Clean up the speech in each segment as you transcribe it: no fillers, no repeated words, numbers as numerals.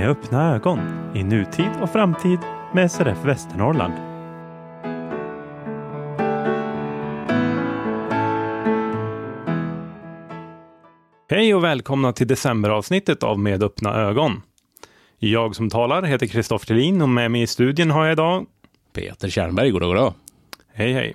Med öppna ögon i nutid och framtid med SRF Västernorrland. Hej och välkomna till decemberavsnittet av Med öppna ögon. Jag som talar heter Kristoffer Thelin och med mig i studion har jag idag Peter Kärnberg, goddag. Hej hej.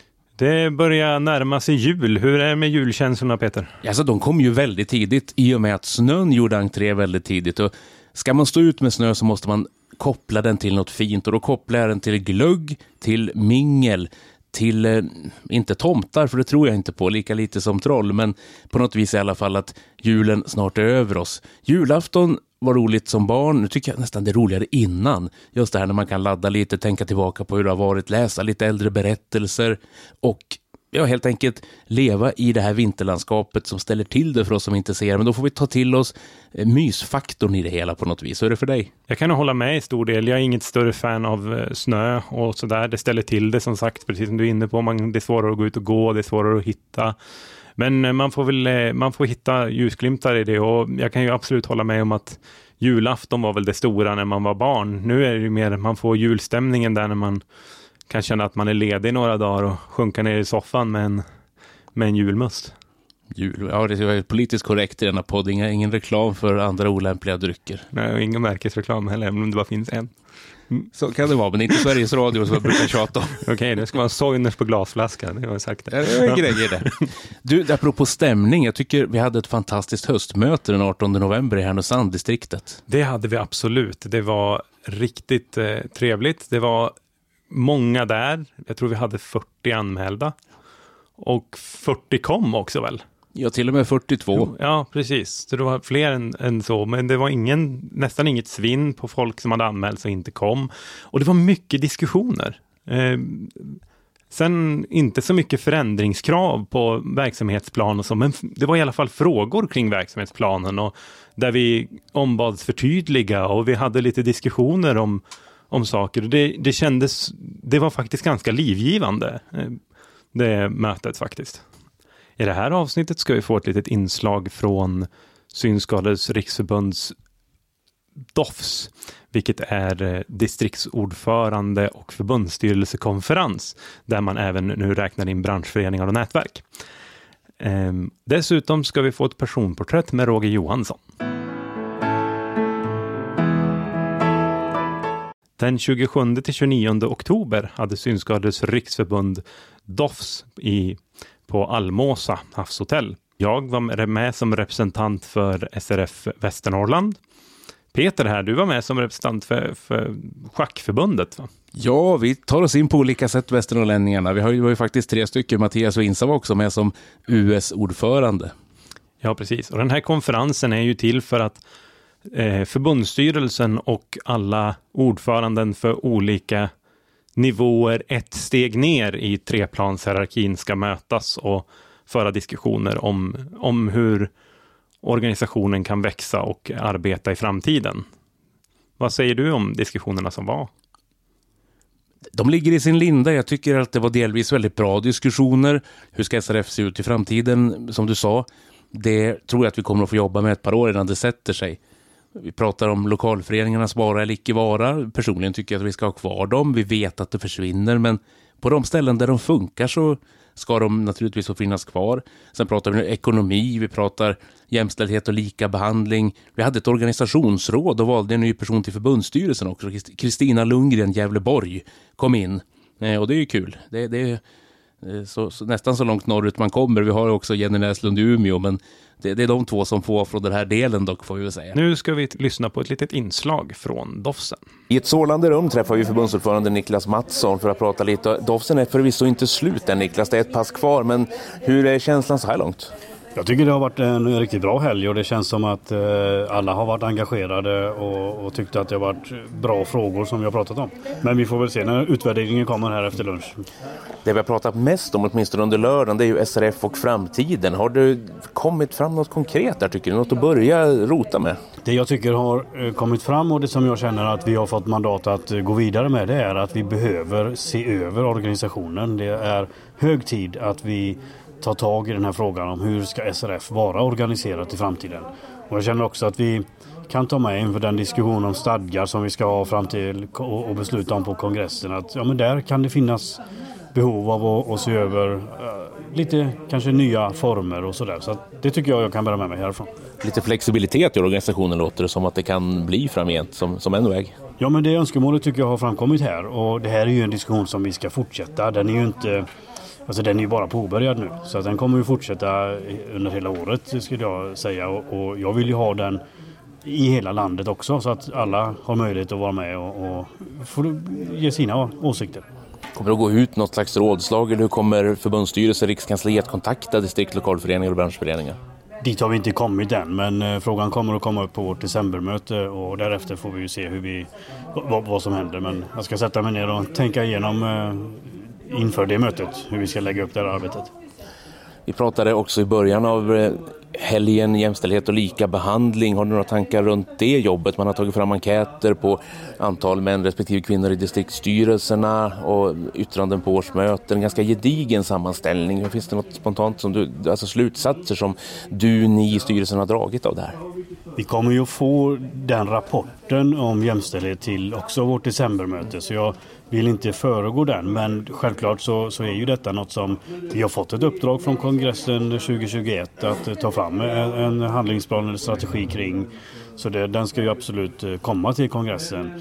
Det börjar närma sig jul. Hur är det med julkänslorna, Peter? Alltså, de kom ju väldigt tidigt i och med att snön gjorde entré väldigt tidigt. Och ska man stå ut med snö så måste man koppla den till något fint. Och då kopplar jag den till glögg, till mingel, till, inte tomtar för det tror jag inte på, lika lite som troll. Men på något vis i alla fall att julen snart är över oss. Julafton var roligt som barn. Nu tycker jag nästan det är roligare innan. Just det här när man kan ladda lite, tänka tillbaka på hur det har varit, läsa lite äldre berättelser och helt enkelt leva i det här vinterlandskapet som ställer till det för oss som inte ser. Men då får vi ta till oss mysfaktorn i det hela på något vis. Hur är det för dig? Jag kan hålla med i stor del. Jag är inget större fan av snö och sådär. Det ställer till det som sagt, precis som du är inne på. Det är svårare att gå ut och gå, det är svårare att hitta. Men man får hitta ljusglimtar i det och jag kan ju absolut hålla med om att julafton var väl det stora när man var barn. Nu är det ju mer, man får julstämningen där när man kan känna att man är ledig några dagar och sjunka ner i soffan med en julmust. Ja, det är politiskt korrekt i denna podd. Ingen reklam för andra olämpliga drycker. Nej, och ingen märkesreklam heller, även om det bara finns en. Så kan det vara, men inte Sveriges Radio som jag brukar tjata om. Okej, det ska vara Soiners på glasflaska, det har jag sagt. Det är grejer det. Du, apropå stämning, jag tycker vi hade ett fantastiskt höstmöte den 18 november i Härnösand-distriktet. Det hade vi absolut. Det var riktigt trevligt. Det var många där. Jag tror vi hade 40 anmälda. Och 40 kom också väl? Ja, till och med 42. Ja, precis. Så det var fler än så. Men det var nästan inget svinn på folk som hade anmält sig och inte kom. Och det var mycket diskussioner. Sen inte så mycket förändringskrav på verksamhetsplan och så. Men det var i alla fall frågor kring verksamhetsplanen. Och där vi ombads förtydliga och vi hade lite diskussioner om saker. Det kändes, det var faktiskt ganska livgivande, det mötet faktiskt. I det här avsnittet ska vi få ett litet inslag från Synskadades riksförbunds DOFS, vilket är distriktsordförande och förbundsstyrelsekonferens, där man även nu räknar in branschföreningar och nätverk. Dessutom ska vi få ett personporträtt med Roger Johansson. Den 27-29 oktober hade Synskadades riksförbund DOFS på Almåsa havshotell. Jag var med som representant för SRF Västernorrland. Peter här, du var med som representant för schackförbundet, va? Ja, vi tar oss in på olika sätt, västernorrlänningarna. Vi har ju faktiskt 3 stycken. Mattias och Insa var också med som US-ordförande. Ja, precis. Och den här konferensen är ju till för att förbundsstyrelsen och alla ordföranden för olika nivåer ett steg ner i treplanshierarkin ska mötas och föra diskussioner om hur organisationen kan växa och arbeta i framtiden. Vad säger du om diskussionerna som var? De ligger i sin linda. Jag tycker att det var delvis väldigt bra diskussioner. Hur ska SRF se ut i framtiden, som du sa? Det tror jag att vi kommer att få jobba med ett par år innan det sätter sig. Vi pratar om lokalföreningarnas vara eller icke vara. Personligen tycker jag att vi ska ha kvar dem. Vi vet att det försvinner, men på de ställen där de funkar så ska de naturligtvis få finnas kvar. Sen pratar vi om ekonomi, vi pratar jämställdhet och lika behandling. Vi hade ett organisationsråd och valde en ny person till förbundsstyrelsen också. Kristina Lundgren, Gävleborg, kom in. Och det är ju kul. Det är så nästan så långt norrut man kommer. Vi har också Jenny Näslund i Umeå, men det är de 2 som får från den här delen dock, får vi väl säga. Nu ska vi lyssna på ett litet inslag från DOFSen. I ett sålande rum träffar vi förbundsordförande Niklas Mattsson för att prata lite. DOFSen är förvisso inte slut än, Niklas. Det är ett pass kvar, men hur är känslan så här långt? Jag tycker det har varit en riktigt bra helg och det känns som att alla har varit engagerade och tyckte att det har varit bra frågor som vi har pratat om. Men vi får väl se när utvärderingen kommer här efter lunch. Det vi har pratat mest om, åtminstone under lördagen, det är ju SRF och framtiden. Har det kommit fram något konkret där, tycker du? Något att börja rota med? Det jag tycker har kommit fram och det som jag känner att vi har fått mandat att gå vidare med, det är att vi behöver se över organisationen. Det är hög tid att vi ta tag i den här frågan om hur ska SRF vara organiserat i framtiden. Och jag känner också att vi kan ta med inför den diskussion om stadgar som vi ska ha fram till och besluta om på kongressen, att men där kan det finnas behov av att se över lite kanske nya former och sådär. Så att det tycker jag kan bära med mig härifrån. Lite flexibilitet i organisationen låter det som att det kan bli framgent som en väg. Ja, men det önskemålet tycker jag har framkommit här, och det här är ju en diskussion som vi ska fortsätta. Den är ju inte, alltså den är ju bara påbörjad nu, så att den kommer ju fortsätta under hela året skulle jag säga, och jag vill ju ha den i hela landet också, så att alla har möjlighet att vara med och få ge sina åsikter. Kommer det att gå ut något slags rådslag, eller hur kommer förbundsstyrelsen, rikskansliet kontakta distrikt, lokalföreningar och branschföreningar? Dit har vi inte kommit än, men frågan kommer att komma upp på vårt decembermöte, och därefter får vi ju se vad som händer. Men jag ska sätta mig ner och tänka igenom inför det mötet hur vi ska lägga upp det här arbetet. Vi pratade också i början av helgen jämställdhet och lika behandling. Har du några tankar runt det jobbet? Man har tagit fram enkäter på antal män respektive kvinnor i distriktsstyrelserna och yttranden på årsmöten. En ganska gedigen sammanställning. Finns det något spontant alltså slutsatser som ni i styrelsen har dragit av det här? Vi kommer ju att få den rapporten om jämställdhet till också vårt decembermöte, så jag vill inte föregå den, men självklart så är ju detta något som vi har fått ett uppdrag från kongressen 2021 att ta fram en handlingsplan eller strategi kring, så den ska ju absolut komma till kongressen.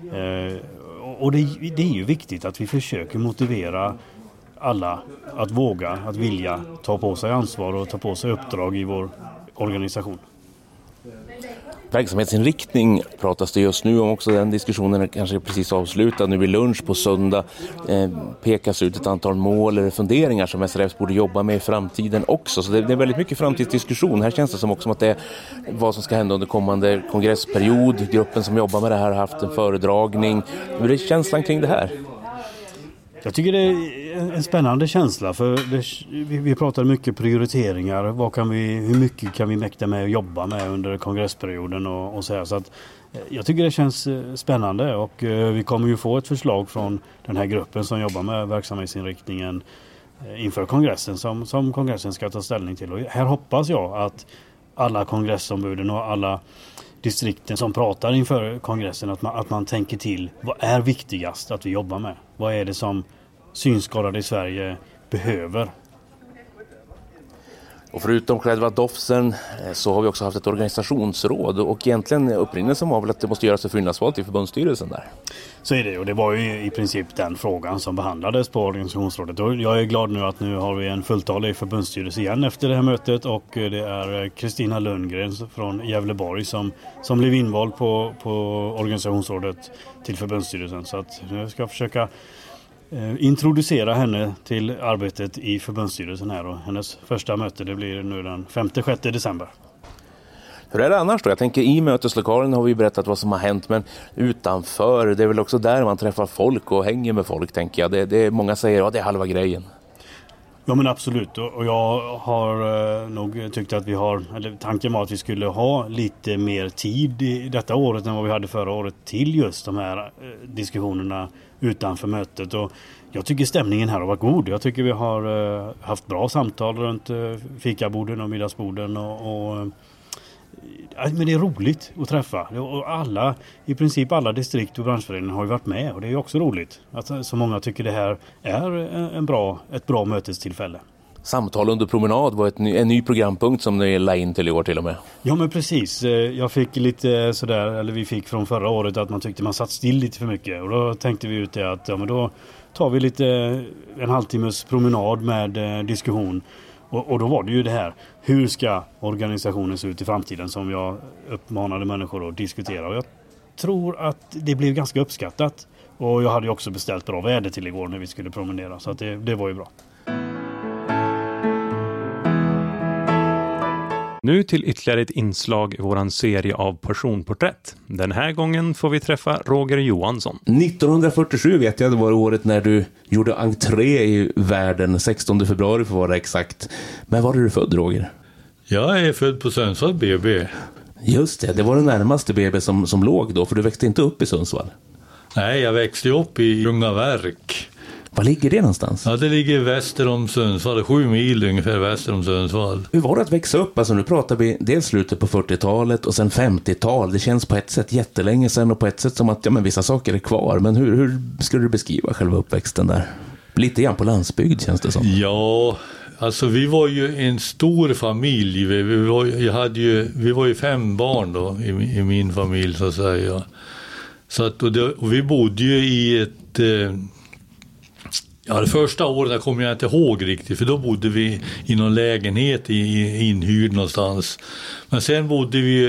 Och det är ju viktigt att vi försöker motivera alla att våga, att vilja ta på sig ansvar och ta på sig uppdrag i vår organisation. Verksamhetsinriktning pratas det just nu om också. Den diskussionen är kanske precis avslutad. Nu vid lunch på söndag pekas ut ett antal mål eller funderingar som SRF borde jobba med i framtiden också. Så det är väldigt mycket framtidsdiskussion. Här känns det som också som att det är vad som ska hända under kommande kongressperiod. Gruppen som jobbar med det här har haft en föredragning. Hur är känslan kring det här? Jag tycker det är en spännande känsla, för vi pratar mycket prioriteringar. Hur mycket kan vi mäkta med att jobba med under kongressperioden och så här. Så att jag tycker det känns spännande, och vi kommer ju få ett förslag från den här gruppen som jobbar med verksamhetsinriktningen inför kongressen som kongressen ska ta ställning till. Och här hoppas jag att alla kongressombuden och alla distrikten som pratar inför kongressen att man tänker till, vad är viktigast att vi jobbar med? Vad är det som synskadade i Sverige behöver? Och förutom själva dofsen så har vi också haft ett organisationsråd, och egentligen upprinnelsen var väl att det måste göras ett fyllnadsval till förbundsstyrelsen där. Så är det, och det var ju i princip den frågan som behandlades på organisationsrådet. Och jag är glad nu att nu har vi en fulltalig förbundsstyrelse igen efter det här mötet, och det är Kristina Lundgren från Gävleborg som blev invald på organisationsrådet till förbundsstyrelsen. Så att jag ska försöka introducera henne till arbetet i förbundsstyrelsen här, och hennes första möte det blir nu den 5-6 december. Hur är det annars då? Jag tänker i möteslokalen har vi berättat vad som har hänt, men utanför, det är väl också där man träffar folk och hänger med folk, tänker jag. Det många säger att det är halva grejen. Ja, men absolut, och jag har nog tyckt att tanken var att vi skulle ha lite mer tid i detta året än vad vi hade förra året till just de här diskussionerna utanför mötet, och jag tycker stämningen här har varit god. Jag tycker vi har haft bra samtal runt fikaborden och middagsborden, men det är roligt att träffa, och i princip alla distrikt och branschföreningar har ju varit med, och det är också roligt att så många tycker det här är ett bra mötestillfälle. Samtal under promenad var en ny programpunkt som ni la in till i år till och med. Ja, men precis. Jag fick lite sådär, eller vi fick från förra året att man tyckte man satt still lite för mycket, och då tänkte vi ut det att men då tar vi en halvtimmes promenad med diskussion. Och då var det ju det här, hur ska organisationen se ut i framtiden, som jag uppmanade människor att diskutera. Och jag tror att det blev ganska uppskattat. Och jag hade ju också beställt bra väder till igår när vi skulle promenera, så att det var ju bra. Nu till ytterligare ett inslag i våran serie av personporträtt. Den här gången får vi träffa Roger Johansson. 1947 vet jag, det var året när du gjorde entré i världen, 16 februari för att vara exakt. Men var är du född, Roger? Jag är född på Sundsvall BB. Just det var den närmaste BB som låg då, för du växte inte upp i Sundsvall. Nej, jag växte upp i Ljungaverk. Var ligger det någonstans? Ja, det ligger väster om Sundsvall, 7 mil ungefär väster om Sundsvall. Hur var det att växa upp? Alltså nu pratar vi dels slutet på 40-talet och sen 50-tal. Det känns på ett sätt jättelänge sedan och på ett sätt som att vissa saker är kvar. Men hur skulle du beskriva själva uppväxten där? Lite grann på landsbygd känns det som. Ja, alltså vi var ju en stor familj. Vi var ju 5 barn då i min familj så att säga. Så att, och vi bodde ju i ett... det första året kommer jag inte ihåg riktigt, för då bodde vi i någon lägenhet inhyrd någonstans. Men sen bodde vi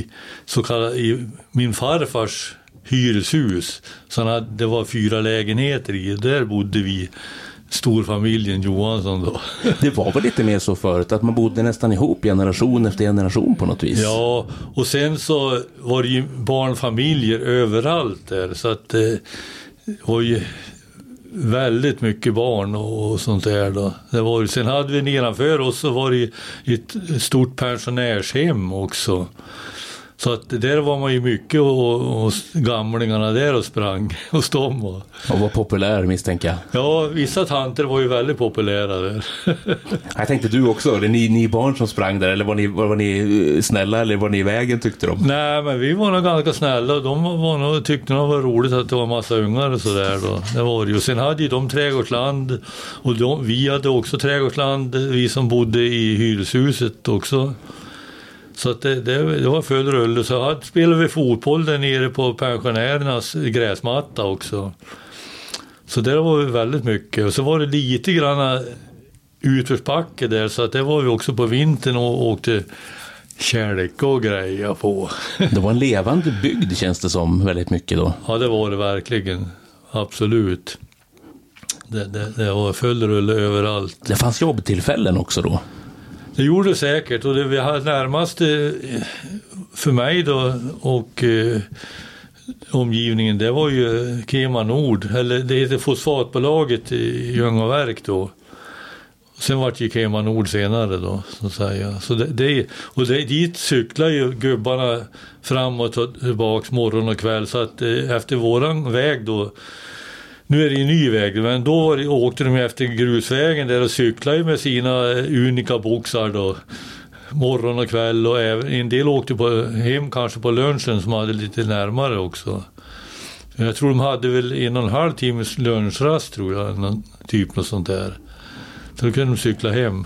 i min farfars hyreshus. Så det var 4 lägenheter i. Där bodde vi, storfamiljen Johansson då. Det var väl lite mer så förut att man bodde nästan ihop generation efter generation på något vis. Ja, och sen så var det ju barnfamiljer överallt där. Så att det var ju väldigt mycket barn och sånt där då. Sen hade vi nedanför oss så var det ett stort pensionärshem också. Så att där var man ju mycket och gamlingarna där och sprang hos dem. Och var populär misstänker jag. Ja, vissa tanter var ju väldigt populära där. Jag tänkte du också, är det ni barn som sprang där eller var ni snälla eller var ni i vägen tyckte de? Nej, men vi var nog ganska snälla och de tyckte det var roligt att det var massa ungar och sådär då. Det var det ju. Sen hade ju de trädgårdsland och vi hade också trädgårdsland, vi som bodde i hyreshuset också. Så att det var full rulle. Så spelade vi fotboll där nere på pensionärernas gräsmatta också. Så där var vi väldigt mycket. Och så var det lite grann utförsbacke där. Så att det var vi också på vintern och åkte kärlek och grejer på. Det var en levande bygd känns det som väldigt mycket då. Ja, det var det verkligen. Absolut. Det var full rulle överallt. Det fanns jobbtillfällen också då. Det gjorde det säkert och det vi hade närmast för mig då och omgivningen, det var ju Kema Nord, eller det heter Fosfatbolaget i Ljungaverk då. Sen var det ju Kema Nord senare då, så att säga. Så dit cyklar ju gubbarna fram och tillbaks morgon och kväll, så att efter våran väg då, nu är det en ny väg, men då åkte de efter grusvägen där och cyklade med sina unika boxar då, morgon och kväll, och även en del åkte hem kanske på lunchen som hade lite närmare också. Jag tror de hade väl 1,5 timmes lunchrast tror jag, något sånt där. Så då kunde de cykla hem.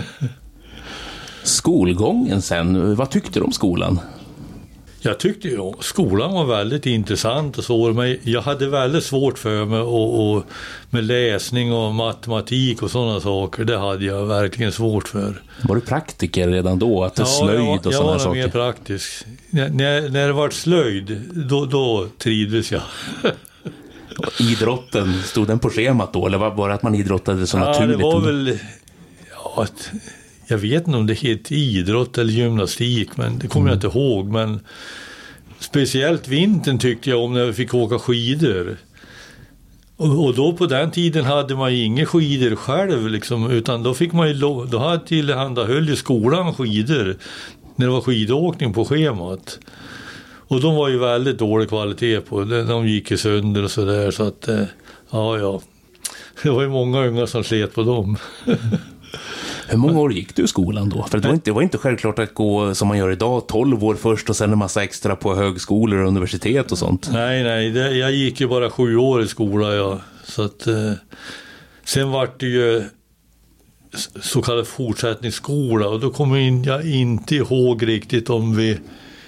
Skolgången sen, vad tyckte du om skolan? Jag tyckte ju skolan var väldigt intressant och så, men jag hade väldigt svårt för mig och med läsning och matematik och sådana saker. Det hade jag verkligen svårt för. Var du praktiker redan då? Att det slöjd och sådana saker? Jag var mer praktisk. När det var slöjd, då trivdes jag. Idrotten, stod den på schemat då? Eller var det att man idrottade så naturligt? Det var väl... jag vet inte om det heter idrott eller gymnastik, men det kommer jag inte ihåg. Men speciellt vintern tyckte jag om när vi fick åka skidor. Och då på den tiden hade man ju inga skidor själv liksom, utan då fick man ju då hade tillhandahöll ju skolan skidor när det var skidåkning på schemat. Och de var ju väldigt dålig kvalitet på det. De gick ju sönder och sådär, så att ja. Det var ju många unga som slet på dem. Hur många år gick du i skolan då? För det var inte självklart att gå som man gör idag, 12 år först och sen en massa extra på högskolor och universitet och sånt. Nej, jag gick ju bara 7 år i skola, ja. Så att sen var det ju så kallad fortsättningsskola, och då kommer jag inte ihåg riktigt om vi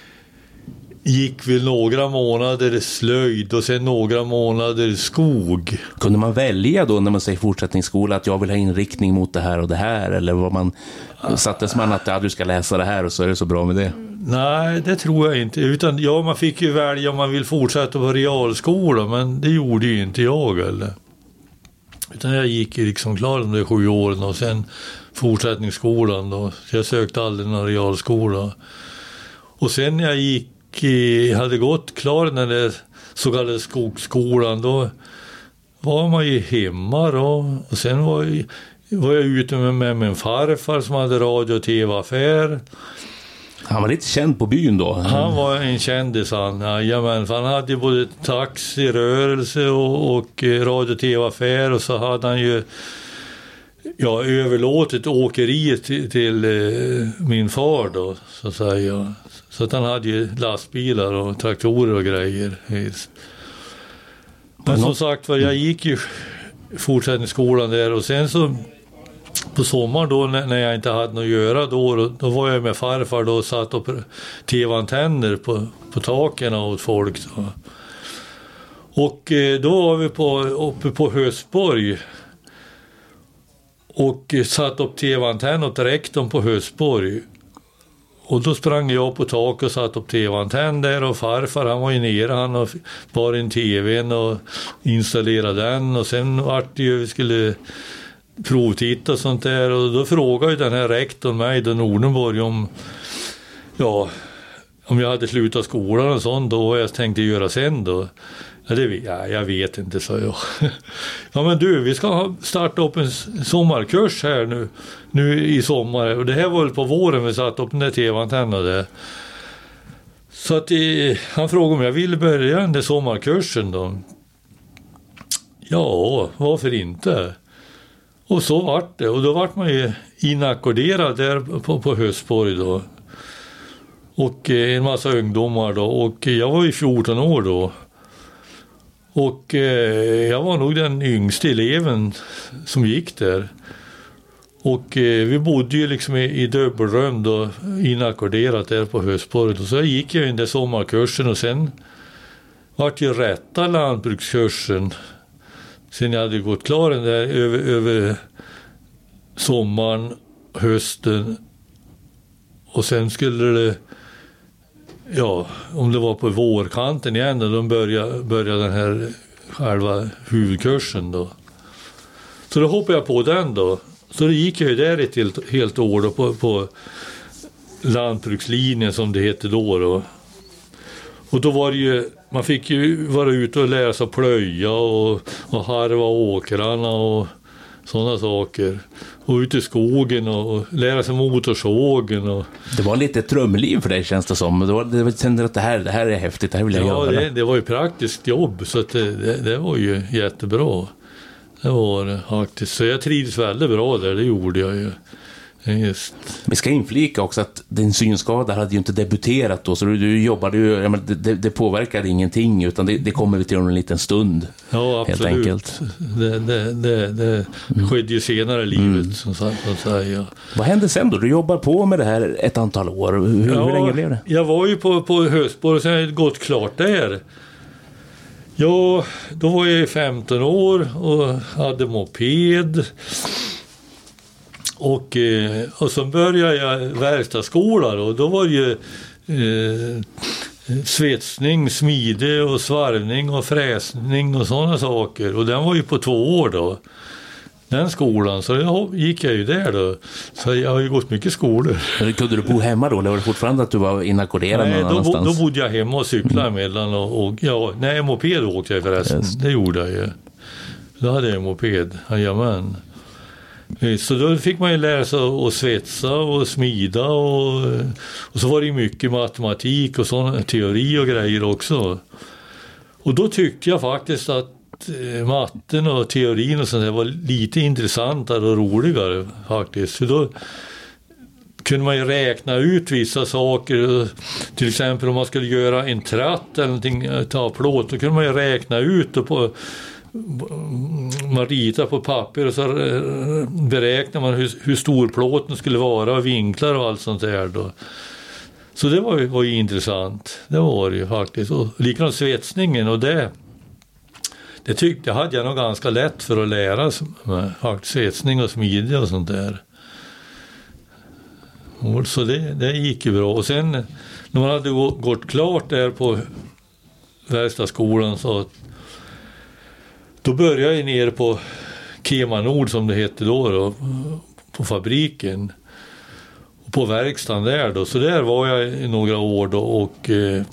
gick väl några månader slöjd och sen några månader skog. Kunde man välja då när man säger fortsättningsskola att jag vill ha inriktning mot det här och det här, eller var man sattes man att du ska läsa det här och så är det så bra med det? Nej, det tror jag inte, utan man fick ju välja om man vill fortsätta på realskola, men det gjorde ju inte jag eller. Utan jag gick ju liksom klar de 7 åren och sen fortsättningsskolan då. Så jag sökte aldrig någon realskola. Och sen när jag hade gått klar den där så kallade skogsskolan, då var man ju hemma då. Och sen var jag ute med min farfar som hade radio- och tv-affär. Han var lite känd på byn då. Han var en kändis han. Jajamän, för han hade ju både taxirörelse och radio- och tv-affär, och så hade han ju överlåtit åkeriet till min far då, så att säga. Så att han hade ju lastbilar och traktorer och grejer. Men som sagt, jag gick ju fortsättningsskolan där, och sen så på sommaren då när jag inte hade något att göra då var jag med farfar då och satt upp tv-antenner på taken åt folk då. Och då var vi uppe på Hösborg och satt upp tv-antenn åt rektorn på Hösborg. Och då sprang jag på tak och satt upp tv-antenn där, och farfar han var ju nere, han bar in tvn och installerade den, och sen vart det ju, vi skulle provtitta och sånt där, och då frågade ju den här rektorn mig då, Nordenborg, om jag hade slutat skolan och sånt då, och jag tänkte göra sen då. Jag vet inte, sa jag. Ja men du, vi ska starta upp en sommarkurs här nu i sommar, och det här var väl på våren vi satt upp den där tv-antennen där. Så att han frågade om jag ville börja den där sommarkursen då. Ja, varför inte? Och så vart det, och då vart man ju inackorderad där på Hösborg då. Och en massa ungdomar då, och jag var ju 14 år då. Och jag var nog den yngste eleven som gick där. Och vi bodde ju liksom i dubbelrum då, inackorderat där på Hösborg. Och så gick jag in där sommarkursen, och sen vart ju rätta lantbrukskursen. Sen jag hade gått klar den där över sommaren, hösten, och sen skulle det, om det var på vårkanten igen, och de började den här själva huvudkursen då. Så då hoppade jag på den då. Så då gick jag ju där ett helt år då på lantbrukslinjen som det hette då. Och då var det ju, man fick ju vara ute och lära sig plöja och harva åkrarna och sådana saker. Och ut i skogen och lära sig motorsågen. Och det var lite ett drömliv för dig, känns det som. Du kände att det här är häftigt, det här vill jag göra. Ja, det var ju praktiskt jobb, så att det var ju jättebra. Det var det faktiskt. Så jag trivdes väldigt bra där, det gjorde jag ju. Just. Vi ska inflika också att din synskada hade ju inte debuterat då, så du jobbade ju, det påverkade ingenting, utan det kommer vi till om en liten stund. Ja, absolut. Helt enkelt. Det skedde ju senare i livet, som säga. Vad hände sen då? Du jobbar på med det här ett antal år. Hur länge blev det? Jag var ju på Hösborg, och sen hade jag gått klart där. Ja, då var jag 15 år och hade moped. Och så började jag verkstadsskola, och då var det ju svetsning, smide och svarvning och fräsning och sådana saker. Och den var ju på 2 år då, den skolan. Så gick jag ju där då. Så jag har ju gått mycket skolor. Men kunde du bo hemma då? Eller var det fortfarande att du var inackorderad någon annanstans? Då bodde jag hemma och cyklade emellan. Nej, moped åkte jag förresten. Yes. Det gjorde jag ju. Då hade jag moped, jajamän. Så då fick man ju lära sig att svetsa och smida, och så var det ju mycket matematik och sån teori och grejer också. Och då tyckte jag faktiskt att matten och teorin och sånt där var lite intressantare och roligare faktiskt. Så då kunde man ju räkna ut vissa saker. Till exempel om man skulle göra en tratt eller någonting, ta plåt, då kunde man ju räkna ut och man ritar på papper, och så beräknar man hur stor plåten skulle vara och vinklar och allt sånt där då. Så det var ju intressant. Det var det ju faktiskt. Och likadant svetsningen, och det hade jag nog ganska lätt för att lära faktiskt, svetsning och smide och sånt där. Och så det gick ju bra. Och sen när man hade gått klart där på verkstadsskolan, så då började jag nere på Kema Nord, som det hette då, på fabriken. Och på verkstaden där då. Så där var jag i några år då, och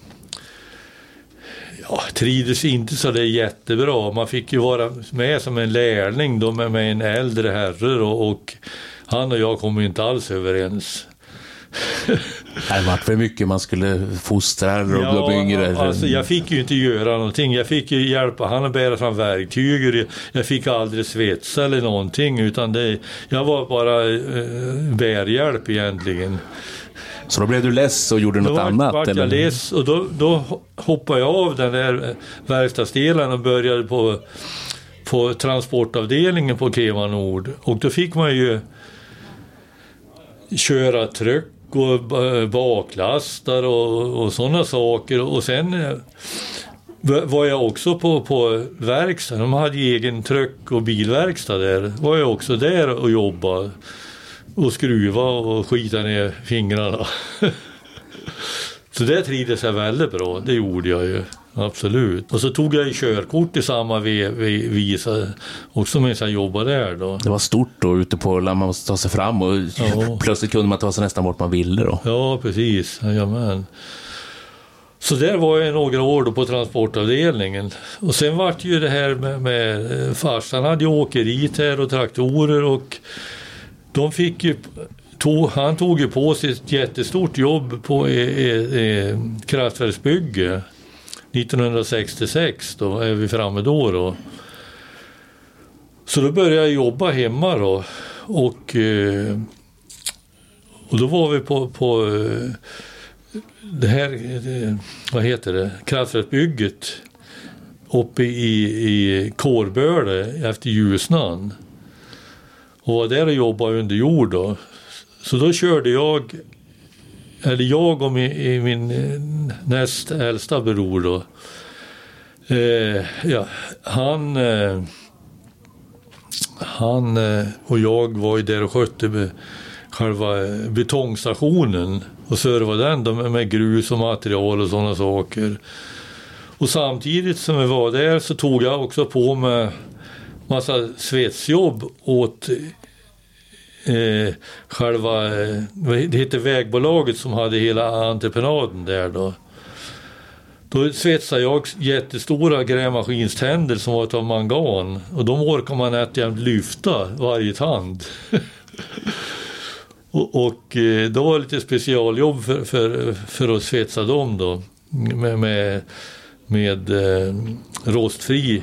trivdes inte så det jättebra. Man fick ju vara med som en lärling då med en äldre herre, och han och jag kom ju inte alls överens. Det var för mycket man skulle fostra och bli yngre. Alltså, jag fick ju inte göra någonting. Jag fick ju hjälpa han att bära fram verktyg. Jag fick aldrig svetsa eller någonting, utan jag var bara bärhjälp egentligen. Så då blev du less och gjorde något annat? Då var jag less, och då hoppade jag av den där verkstadsdelen och började på transportavdelningen på KemaNord. Och då fick man ju köra tryck och baklastar och sådana saker. Och sen var jag också på verkstad. De hade egen tryck- och bilverkstad där. Var jag också där och jobbade och skruva och skita ner fingrarna. Så det trivdes jag väldigt bra. Det gjorde jag ju. Absolut. Och så tog jag körkort i samma visa också medan jag jobbade där då. Det var stort då ute på, man måste ta sig fram och plötsligt kunde man ta sig nästan vart man ville då. Ja, precis. Jajamän. Så där var jag några år då på transportavdelningen. Och sen var det ju det här med farsan hade ju åkerit här och traktorer, och de fick ju han tog ju på sig ett jättestort jobb på kraftverksbygge 1966, då är vi framme då. Så då började jag jobba hemma då, och då var vi på det här, vad heter det, kraftverksbygget uppe i Kårböle efter Ljusnan, och var där och jobbade under jord då. Så då körde jag och min näst äldsta bror då. Han och jag var ju där och skötte själva betongstationen och servade den då med grus och material och sådana saker. Och samtidigt som vi var där så tog jag också på mig massa svetsjobb åt själva, det heter vägbolaget som hade hela entreprenaden där då. Då svetsade jag jättestora grävmaskinständer som var av mangan, och de orkar man jämt lyfta varje tand. och då var det lite specialjobb för att svetsa dem då med rostfri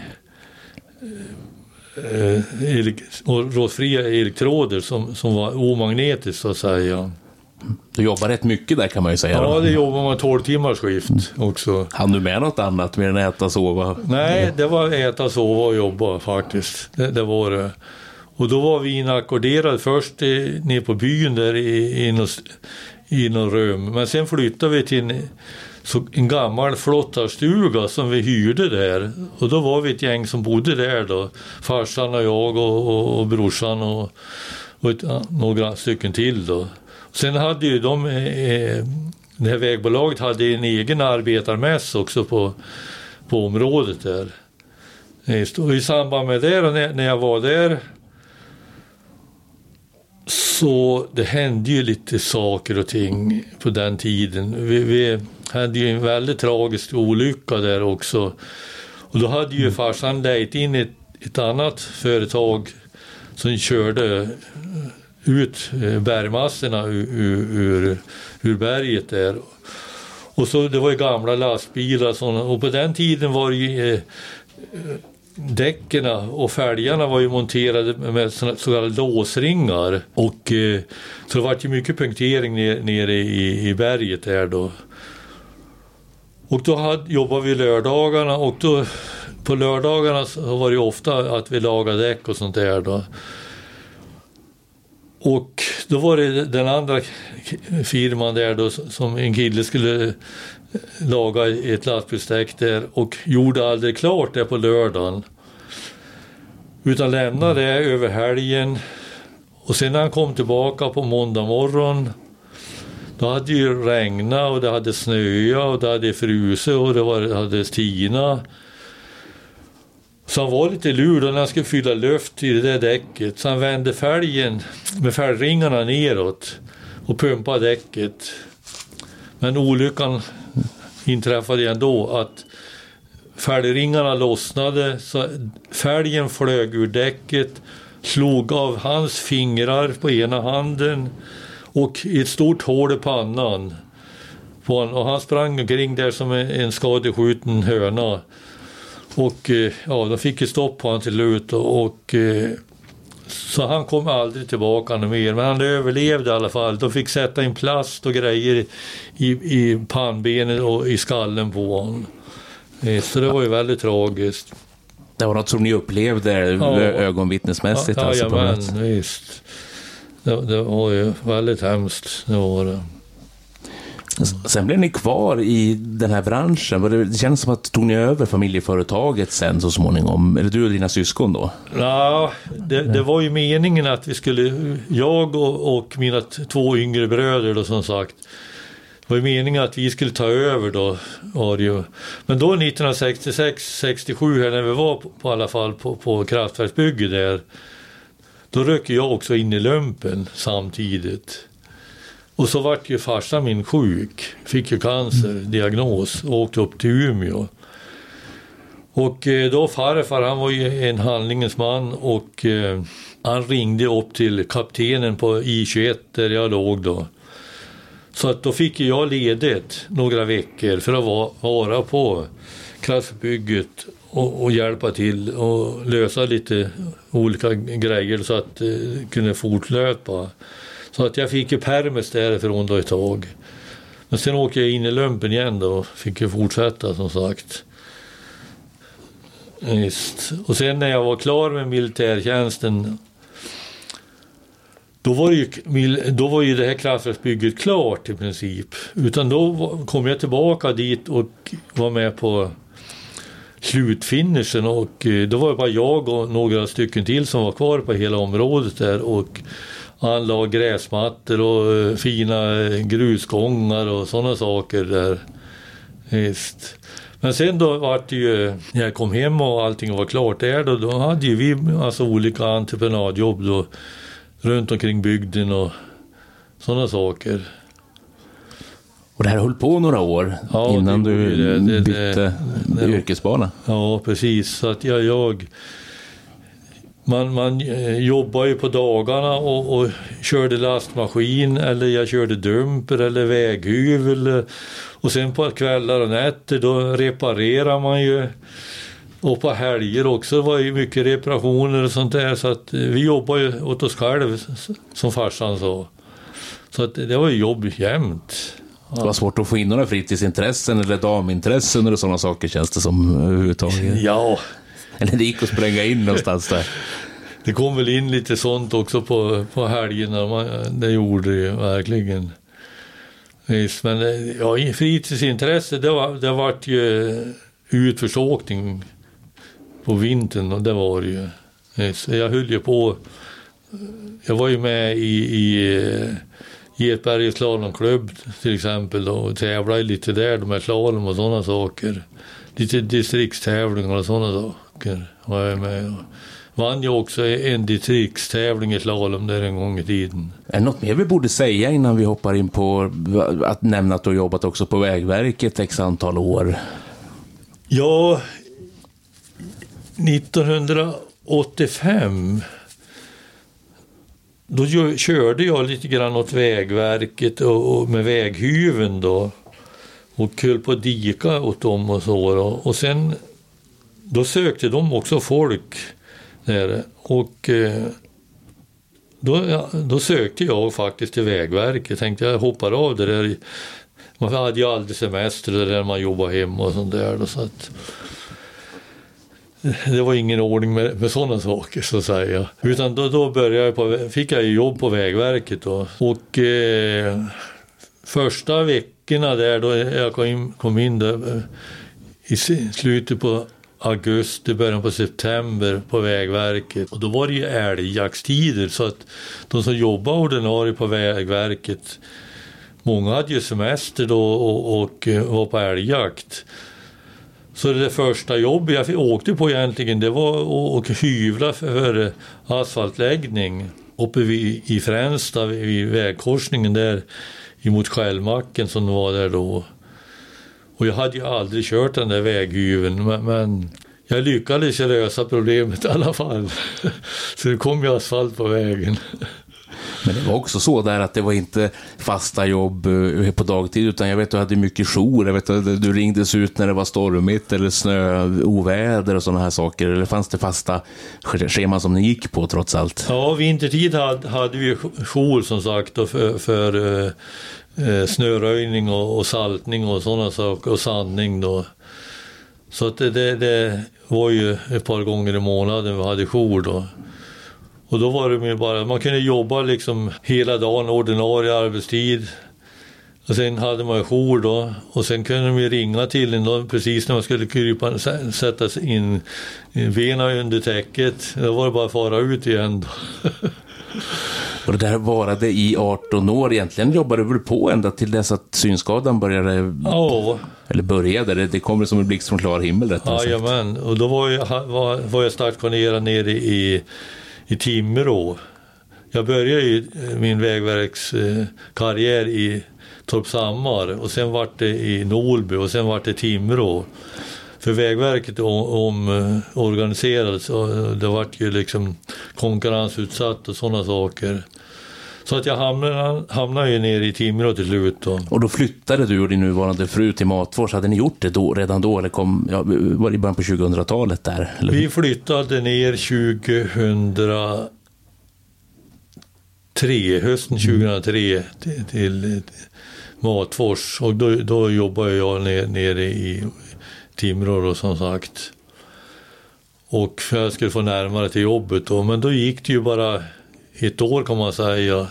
och rostfria elektroder som var omagnetiskt så att säga. Du jobbar rätt mycket där kan man ju säga. Ja, det jobbar man 12 timmars skift också. Han du med något annat mer än äta, sova? Nej, det var äta, sova och jobba faktiskt. Det var det. Och då var vi inackorderade först ner på byn där i någon rum. Men sen flyttade vi till en gammal flottarstuga som vi hyrde där. Och då var vi ett gäng som bodde där då. Farsan och jag och brorsan och några stycken till då. Sen hade ju det här vägbolaget hade en egen arbetarmäss också på området där. Och i samband med det, när jag var där, så det hände ju lite saker och ting på den tiden. Vi hade ju en väldigt tragisk olycka där också. Och då hade ju farsan lejt in ett annat företag som körde ut bergmassorna ur berget där. Och så det var ju gamla lastbilar och sådana. Och på den tiden var det ju däckerna och fälgarna var ju monterade med så kallade låsringar. Och så det var ju mycket punktering nere i berget där då. Och då jobbade vi lördagarna, och då på lördagarna så var det ofta att vi lagade däck och sånt där då. Och då var det den andra firman där då som en kille skulle laga ett lastbilsdäck där, och gjorde aldrig klart det på lördagen. Utan lämnade det över helgen. Och sen när han kom tillbaka på måndag morgon, då hade ju regnat och det hade snöat och det hade frusit och det hade stina. Så han var lite lur när han skulle fylla luft i det där däcket. Så han vände fälgen med fälgringarna neråt och pumpade däcket. Men olyckan inträffade ändå att fälgringarna lossnade. Så fälgen flög ur däcket, slog av hans fingrar på ena handen och i ett stort hål i pannan på honom. Och han sprang omkring där som en skadeskjuten höna. Och ja, de fick ju stopp på honom till slut och så han kom aldrig tillbaka mer, men han överlevde i alla fall. De fick sätta in plast och grejer i pannbenet och i skallen på honom. Så det var ju väldigt tragiskt. Det var något som ni upplevde ögonvittnesmässigt? Ja, alltså, men visst. Det var ju väldigt hemskt. Det var det. Sen blev ni kvar i den här branschen. Det känns som att tog ni över familjeföretaget sen så småningom. Eller du och dina syskon då? Ja, det var ju meningen att vi skulle, jag och mina 2 yngre bröder då, som sagt. Det var ju meningen att vi skulle ta över då. Men då 1966-67 när vi var på alla fall på kraftverksbygget där. Då rök jag också in i lumpen samtidigt. Och så vart ju farsan min sjuk, fick ju cancerdiagnos och åkte upp till Umeå. Och då farfar, han var ju en handlingens man och han ringde upp till kaptenen på I21 där jag låg då. Så att då fick jag ledigt några veckor för att vara på kraftbygget och hjälpa till och lösa lite olika grejer så att det kunde fortlöpa. Så att jag fick ju permis därifrån då ett tag. Men sen åkte jag in i lumpen igen då och fick ju fortsätta som sagt. Just. Och sen när jag var klar med militärtjänsten då var ju det här kraftverksbygget klart i princip. Utan då kom jag tillbaka dit och var med på slutfinishen och då var det bara jag och några stycken till som var kvar på hela området där och han la gräsmattor och fina grusgångar och sådana saker där. Just. Men sen då var det ju, när jag kom hem och allting var klart där då hade ju vi alltså olika entreprenadjobb då runt omkring bygden och sådana saker. Och det här höll på några år innan du bytte yrkesbana. Ja, precis. Så att man jobbar ju på dagarna och körde lastmaskin eller jag körde dumper eller väghyvel och sen på kvällar och nätter då reparerar man ju och på helger också var ju mycket reparationer och sånt där så att vi jobbar ju åt oss själv som farsan sa. Så att det var ju jobb jämt. Det var svårt att få in några fritidsintressen eller damintressen eller sådana saker känns det som överhuvudtaget. Ja. Eller det gick att spränga in någonstans där. Det kom väl in lite sånt också på helgerna. Det gjorde det ju verkligen. Visst, men ja, fritidsintresse det var ju utförsåkning på vintern och det var det ju. Visst, jag höll ju på. Jag var ju med i Getbergets slalomklubb till exempel då, och tävlade lite där med slalom och sådana saker. Lite distriktstävlingar och sådana saker var jag med och vann jag också en distriktstävling i slalom där en gång i tiden. Är det något mer vi borde säga innan vi hoppar in på att nämna att du har jobbat också på Vägverket x antal år? Ja, 1985 då körde jag lite grann åt Vägverket och med väghyven då och höll på att dika åt dem och så då. Och sen då sökte de också folk där och då sökte jag faktiskt till Vägverket. Tänkte jag hoppar av det där. Man hade ju aldrig semester där man jobbade hem och sånt där då, så att det var ingen ordning med sådana saker så att säga. Utan då fick jag jobb på Vägverket då. Och första veckorna där då jag kom in där, i slutet på augusti, början på september på Vägverket. Och då var det ju älgjaktstider så att de som jobbade ordinarie på Vägverket, många hade ju semester då och var på älgjakt. Så det första jobbet jag åkte på egentligen det var att hyvla för asfaltläggning uppe i Fränsta vid vägkorsningen där emot Skällmacken som var där då. Och jag hade ju aldrig kört den där väghyven men jag lyckades lösa problemet i alla fall. Så det kom ju asfalt på vägen. Men det var också så där att det var inte fasta jobb på dagtid, utan jag vet att du hade mycket jour. Jag vet att du ringdes ut när det var stormigt eller snö, oväder och sådana här saker. Eller fanns det fasta scheman som ni gick på trots allt? Ja, vintertid hade vi jour som sagt då, för snöröjning och saltning och sådana saker och sandning då. Så att det var ju ett par gånger i månaden vi hade jour då. Och då var det ju bara, man kunde jobba liksom hela dagen, ordinarie arbetstid. Och sen hade man jour då. Och sen kunde de ju ringa till en då, precis när man skulle krypa, sätta in bena under täcket. Då var det bara att fara ut igen då. Och det där varade i 18 år egentligen. Jobbade väl på ända till dess att synskadan började? Ja. Eller började, det kommer som en blixt från klar himmel. Jajamän, och då var jag stationerad nere i Timrå. Jag började ju min vägverkskarriär i Torpshammar och sen var det i Nolby och sen var det Timrå. För Vägverket omorganiserades och det var ju liksom konkurrensutsatt och sådana saker. Så att jag hamnade ju nere i Timrå till slut då. Och då flyttade du och din nuvarande fru till Matfors. Hade ni gjort det då, redan då? Eller var det i början på 2000-talet där? Eller? Vi flyttade ner 2003, hösten 2003 till Matfors. Och då jobbade jag nere i Timrå då, som sagt. Och för jag skulle få närmare till jobbet då. Men då gick det ju bara ett år kan man säga.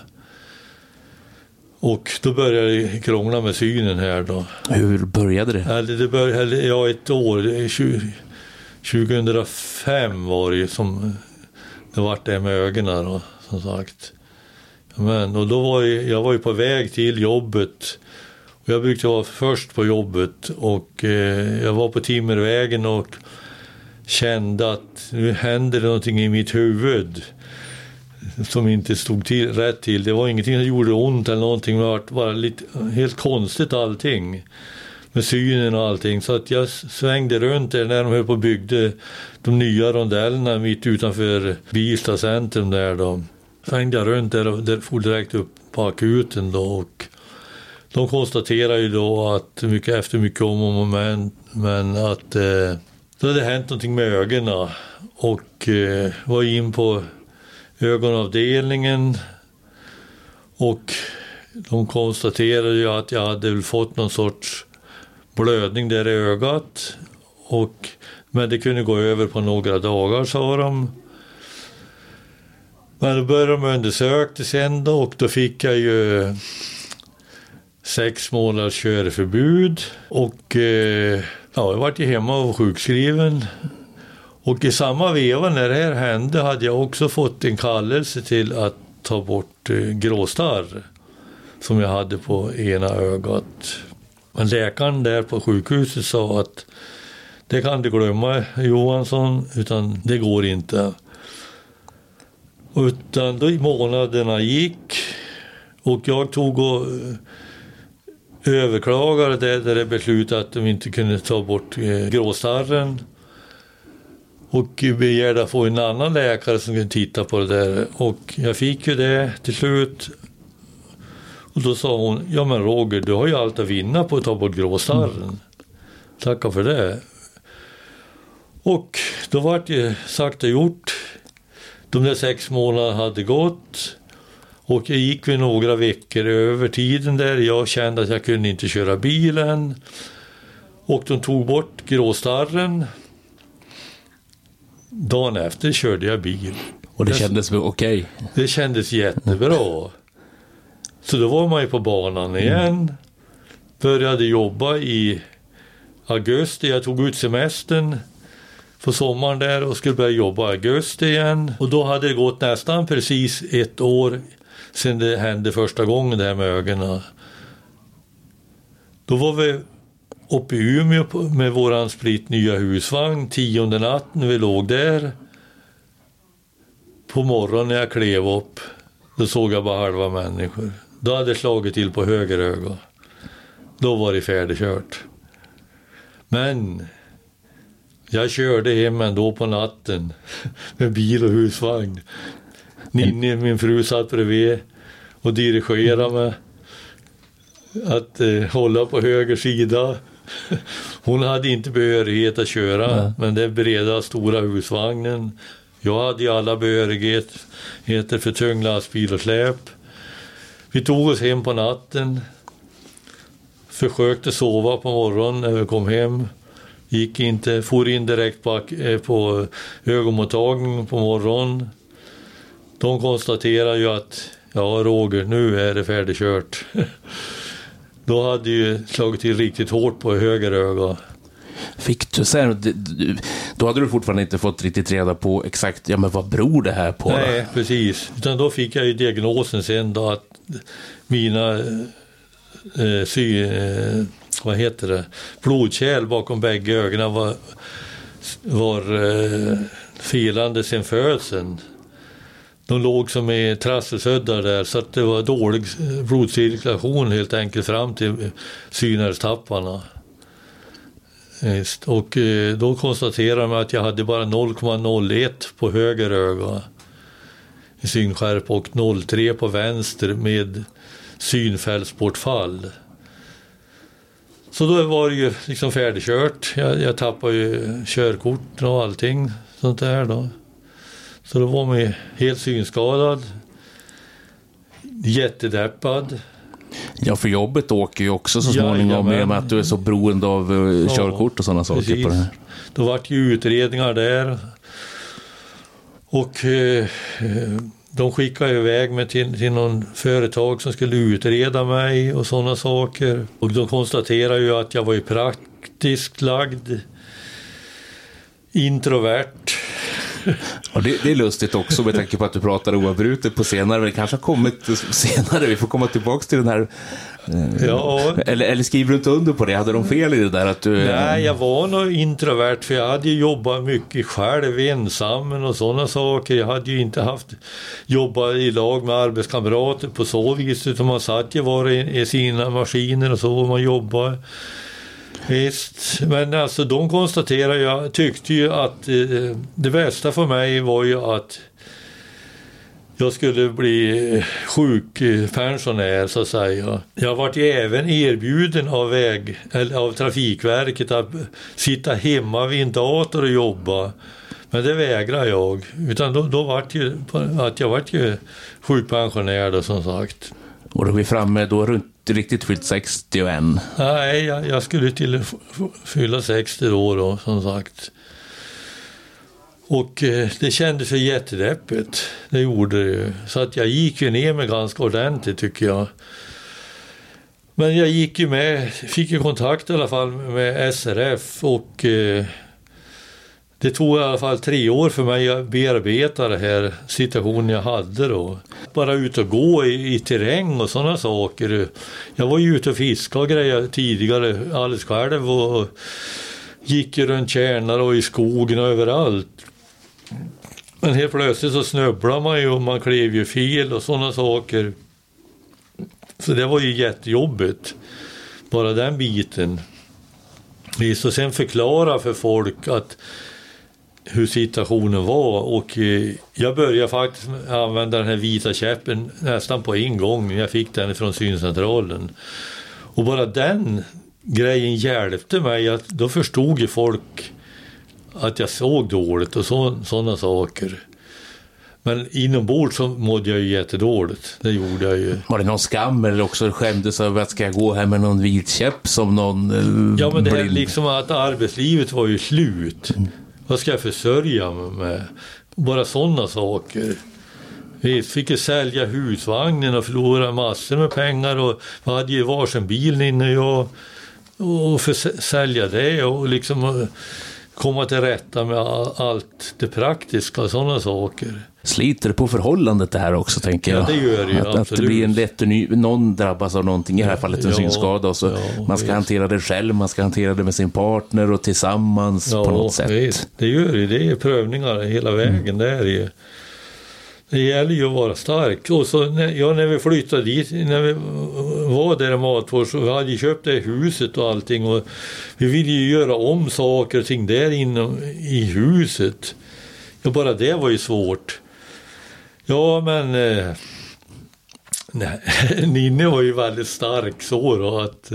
Och då började jag krångla med synen här då. Hur började det? Det började, ett år. 2005 var det ju som det var det med ögonen då, som sagt. Men, och då var jag var ju på väg till jobbet. Och jag brukade vara först på jobbet. Och jag var på Timmervägen och kände att nu händer det någonting i mitt huvud som inte stod rätt till. Det var ingenting som gjorde ont eller någonting, det var bara lite helt konstigt allting med synen och allting. Så att jag svängde runt där när de höll på och byggde de nya rondellerna mitt utanför Birsta centrum där då. Svängde jag runt där och for direkt upp på akuten då, och de konstaterade ju då att efter mycket om och men att då hade hänt någonting med ögonen och var in på ögonavdelningen och de konstaterade ju att jag hade väl fått någon sorts blödning där i ögat, men det kunde gå över på några dagar, sa de. Men då började de undersöka sen då, och då fick jag ju 6 månaders körförbud och jag var ju hemma och sjukskriven. Och i samma veva när det här hände hade jag också fått en kallelse till att ta bort gråstarr som jag hade på ena ögat. Men läkaren där på sjukhuset sa att det kan du glömma, Johansson, utan det går inte. Utan då månaderna gick och jag tog och överklagade det där det beslutade att de inte kunde ta bort gråstarren. Och begärde att få en annan läkare som kunde titta på det där. Och jag fick ju det till slut. Och då sa hon, ja men Roger, du har ju allt att vinna på att ta bort gråstarren. Tackar för det. Och då var det sagt och gjort. De där 6 månaderna hade gått. Och jag gick vid några veckor över tiden där. Jag kände att jag kunde inte köra bilen. Och de tog bort gråstarren. Dagen efter körde jag bil. Och det kändes okej? Det kändes jättebra. Så då var man ju på banan igen. Började jobba i augusti. Jag tog ut semestern på sommaren där och skulle börja jobba i augusti igen. Och då hade det gått nästan precis 1 år sedan det hände första gången det här med ögonen. Då var vi uppe i Umeå med våran splitt nya husvagn 10:e natten. Vi låg där. På morgonen när jag klev upp, då såg jag bara halva människor. Då hade jag slagit till på höger öga. Då var det färdigkört. Men jag körde hem ändå på natten med bil och husvagn. Ninni, min fru, satt bredvid. och dirigera mig. Att hålla på höger sida. Hon hade inte behörighet att köra, men det breda stora husvagnen. Jag hade ju alla behörigheter för tung lastbil och släp. Vi tog oss hem på natten. Försökte sova på morgonen när vi kom hem. Gick inte, for in direkt på ögonmottagningen på morgonen. De konstaterade ju att Roger, nu är det färdigkört. Då hade ju slagit till riktigt hårt på höger öga. Fick du sen, då hade du fortfarande inte fått riktigt reda på exakt, men vad beror det här på? Nej, precis. Utan då fick jag ju diagnosen sen då att mina blodkärl bakom bägge ögonen var felande sen födseln. De låg som i trasselsöddar där, så att det var dålig blodcirkulation helt enkelt fram till synärstapparna. Och då konstaterade man att jag hade bara 0,01 på höger öga i synskärpa och 0,3 på vänster med synfältsbortfall. Så då var det ju liksom färdigkört. Jag tappade ju körkort och allting sånt där då. Så då var man helt synskadad, jättedeppad. Ja, för jobbet åker ju också så småningom med att du är så beroende av körkort och sådana saker på det här. Då var det ju utredningar där. Och de skickade iväg mig till någon företag som skulle utreda mig och sådana saker. Och de konstaterade ju att jag var ju praktiskt lagd, introvert. Och det är lustigt också med tanke på att du pratar oavbrutet på senare, men det kanske har kommit senare, vi får komma tillbaka till den här eller skriver du inte under på det? Hade de fel i det där? Att du... Nej, jag var nog introvert, för jag hade ju jobbat mycket själv, ensam och sådana saker. Jag hade ju inte jobbat i lag med arbetskamrater på så vis, utan man satt ju var i sina maskiner och så, och man jobbade. Visst, men alltså de konstaterar, jag tyckte ju att det bästa för mig var ju att jag skulle bli sjukpensionär så att säga. Jag var ju även erbjuden av Trafikverket att sitta hemma vid en dator och jobba. Men det vägrade jag. Utan då var det ju att jag var ju sjukpensionär då, som sagt. Och då är vi framme då runt riktigt fyllt 61. Nej, jag skulle till fylla 60 då, som sagt. Och det kändes ju jättedeppigt. Det gjorde det ju. Så att jag gick ju ner med ganska ordentligt, tycker jag. Men jag gick ju fick ju kontakt i alla fall med SRF, och det tog i alla fall 3 år för mig att bearbeta det här situationen jag hade då. Bara ut och gå i terräng och sådana saker. Jag var ju ute och fiskade och grejer tidigare alldeles själv, och gick ju runt tjärnar och i skogen och överallt. Men helt plötsligt så snöbblar man ju och man klev ju fel och sådana saker. Så det var ju jättejobbigt. Bara den biten. Så sen förklara för folk hur situationen var, och jag började faktiskt använda den här vita käppen nästan på en gång. Jag fick den från syncentralen. Och bara den grejen hjälpte mig, att då förstod ju folk att jag såg dåligt och sådana saker. Men inombords så mådde jag ju jättedåligt. Det gjorde jag ju. Var det någon skam eller också skämdes över att ska jag gå här med någon vit käpp som någon Ja, men det är liksom att arbetslivet var ju slut. Vad ska jag försörja mig med? Bara sådana saker. Vi fick ju sälja husvagnen och förlora massor med pengar, och vi hade ju varsin bil inne och sälja det och liksom komma till rätta med allt det praktiska och sådana saker. Sliter på förhållandet det här också, tänker jag. Ja, det gör det ju, att det blir någon drabbas av någonting, i det här fallet en synskada, och så man ska hantera det själv, man ska hantera det med sin partner och tillsammans på något sätt. Visst. Det gör det, det är prövningar hela vägen där ju. Det gäller ju att vara stark. Och så när vi flyttade dit, när vi var där i Matfors, så vi hade köpt det huset och allting, och vi ville ju göra om saker och ting där inom i huset. Ja, bara det var ju svårt. Ja, men Nej, Ninni var ju väldigt stark så då, att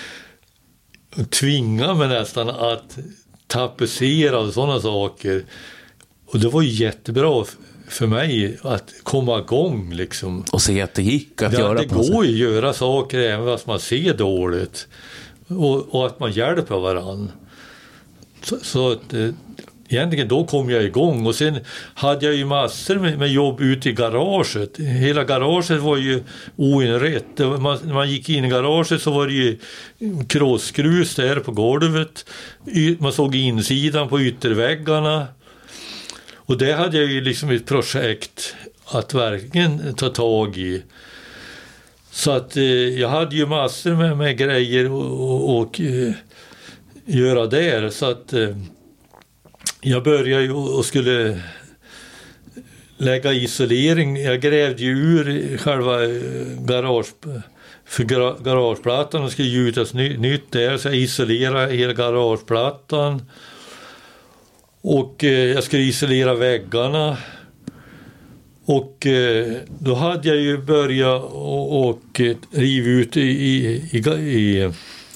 tvinga mig nästan att tapetsera och sådana saker. Och det var ju jättebra för mig att komma igång liksom. Och se att det gick att göra det på något sätt. Det går ju att göra saker även fast man ser dåligt. Och att man hjälper varann. Så att egentligen då kom jag igång. Och sen hade jag ju massor med jobb ute i garaget. Hela garaget var ju oinrätt. När man gick in i garaget så var det ju krossgrus där på golvet. Man såg insidan på ytterväggarna. Och det hade jag ju liksom ett projekt att verkligen ta tag i. Så att jag hade ju massor med grejer och göra där. Så att jag började ju och skulle lägga isolering. Jag grävde ju ur själva garageplattan och skulle gjutas nytt där. Så jag isolerade hela garageplattan. Och jag skulle isolera väggarna. Och då hade jag ju börjat och riva ut i